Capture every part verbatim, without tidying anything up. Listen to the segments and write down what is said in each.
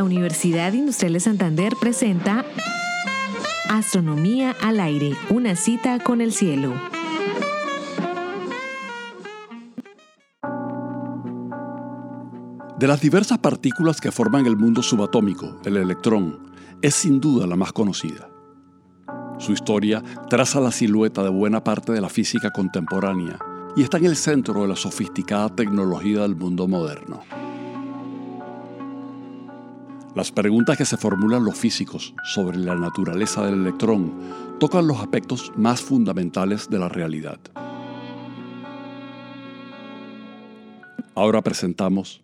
Universidad Industrial de Santander presenta Astronomía al aire, una cita con el cielo. De las diversas partículas que forman el mundo subatómico, el electrón es sin duda la más conocida. Su historia traza la silueta de buena parte de la física contemporánea y está en el centro de la sofisticada tecnología del mundo moderno. Las preguntas que se formulan los físicos sobre la naturaleza del electrón tocan los aspectos más fundamentales de la realidad. Ahora presentamos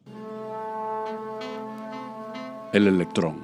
el electrón.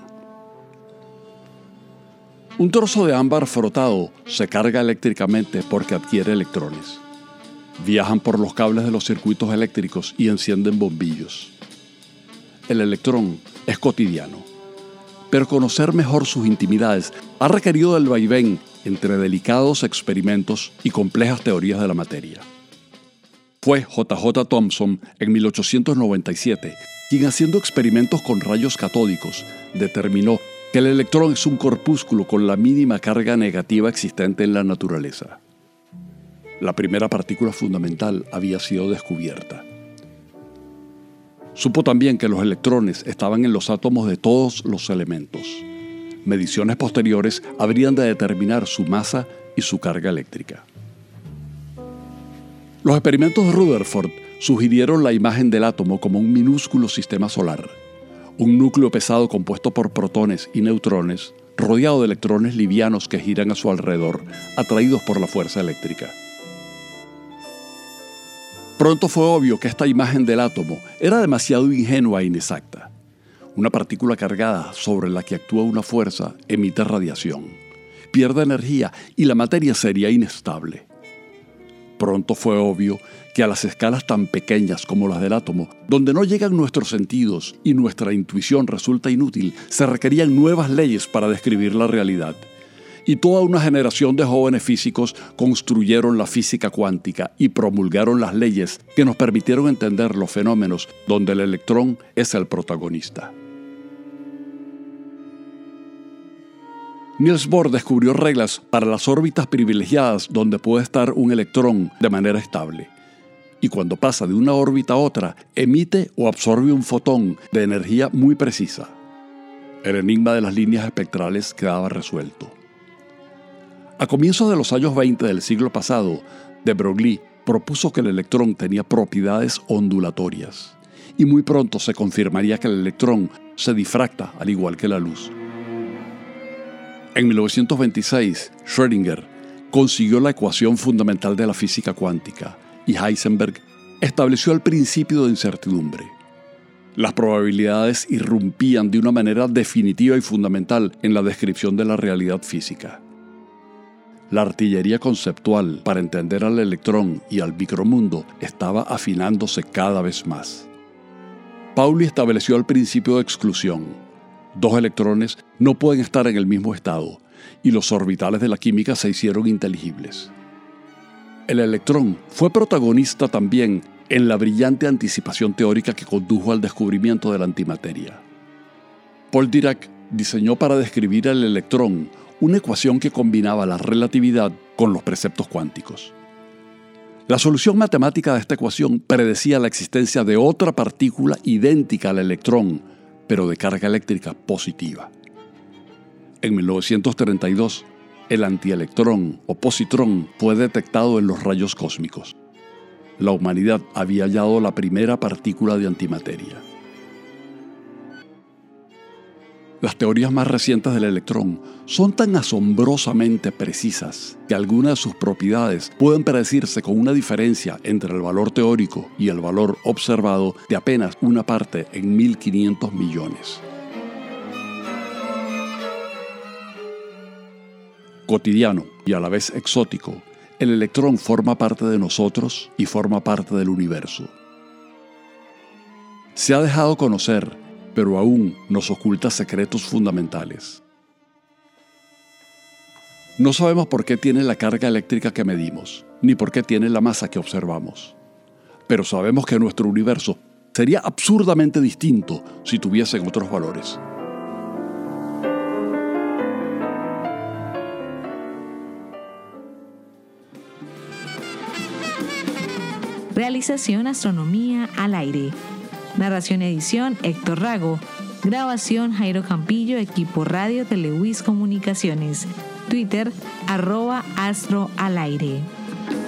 Un trozo de ámbar frotado se carga eléctricamente porque adquiere electrones. Viajan por los cables de los circuitos eléctricos y encienden bombillos. El electrón es cotidiano, pero conocer mejor sus intimidades ha requerido del vaivén entre delicados experimentos y complejas teorías de la materia. Fue J J Thomson en mil ochocientos noventa y siete quien, haciendo experimentos con rayos catódicos, determinó que el electrón es un corpúsculo con la mínima carga negativa existente en la naturaleza. La primera partícula fundamental había sido descubierta. Supo también que los electrones estaban en los átomos de todos los elementos. Mediciones posteriores habrían de determinar su masa y su carga eléctrica. Los experimentos de Rutherford sugirieron la imagen del átomo como un minúsculo sistema solar, un núcleo pesado compuesto por protones y neutrones, rodeado de electrones livianos que giran a su alrededor, atraídos por la fuerza eléctrica. Pronto fue obvio que esta imagen del átomo era demasiado ingenua e inexacta. Una partícula cargada sobre la que actúa una fuerza emite radiación, pierde energía y la materia sería inestable. Pronto fue obvio que a las escalas tan pequeñas como las del átomo, donde no llegan nuestros sentidos y nuestra intuición resulta inútil, se requerían nuevas leyes para describir la realidad. Y toda una generación de jóvenes físicos construyeron la física cuántica y promulgaron las leyes que nos permitieron entender los fenómenos donde el electrón es el protagonista. Niels Bohr descubrió reglas para las órbitas privilegiadas donde puede estar un electrón de manera estable. Y cuando pasa de una órbita a otra, emite o absorbe un fotón de energía muy precisa. El enigma de las líneas espectrales quedaba resuelto. A comienzos de los años veinte del siglo pasado, de Broglie propuso que el electrón tenía propiedades ondulatorias. Y muy pronto se confirmaría que el electrón se difracta al igual que la luz. En mil novecientos veintiséis, Schrödinger consiguió la ecuación fundamental de la física cuántica y Heisenberg estableció el principio de incertidumbre. Las probabilidades irrumpían de una manera definitiva y fundamental en la descripción de la realidad física. La artillería conceptual para entender al electrón y al micromundo estaba afinándose cada vez más. Pauli estableció el principio de exclusión. Dos electrones no pueden estar en el mismo estado, y los orbitales de la química se hicieron inteligibles. El electrón fue protagonista también en la brillante anticipación teórica que condujo al descubrimiento de la antimateria. Paul Dirac diseñó para describir el electrón una ecuación que combinaba la relatividad con los preceptos cuánticos. La solución matemática de esta ecuación predecía la existencia de otra partícula idéntica al electrón, pero de carga eléctrica positiva. En mil novecientos treinta y dos, el antielectrón o positrón fue detectado en los rayos cósmicos. La humanidad había hallado la primera partícula de antimateria. Las teorías más recientes del electrón son tan asombrosamente precisas que algunas de sus propiedades pueden predecirse con una diferencia entre el valor teórico y el valor observado de apenas una parte en mil quinientos millones. Cotidiano y a la vez exótico, el electrón forma parte de nosotros y forma parte del universo. Se ha dejado conocer, pero aún nos oculta secretos fundamentales. No sabemos por qué tiene la carga eléctrica que medimos, ni por qué tiene la masa que observamos. Pero sabemos que nuestro universo sería absurdamente distinto si tuviesen otros valores. Realización Astronomía al Aire. Narración y edición Héctor Rago. Grabación Jairo Campillo, equipo Radio Televis Comunicaciones. Twitter arroba Astro al Aire.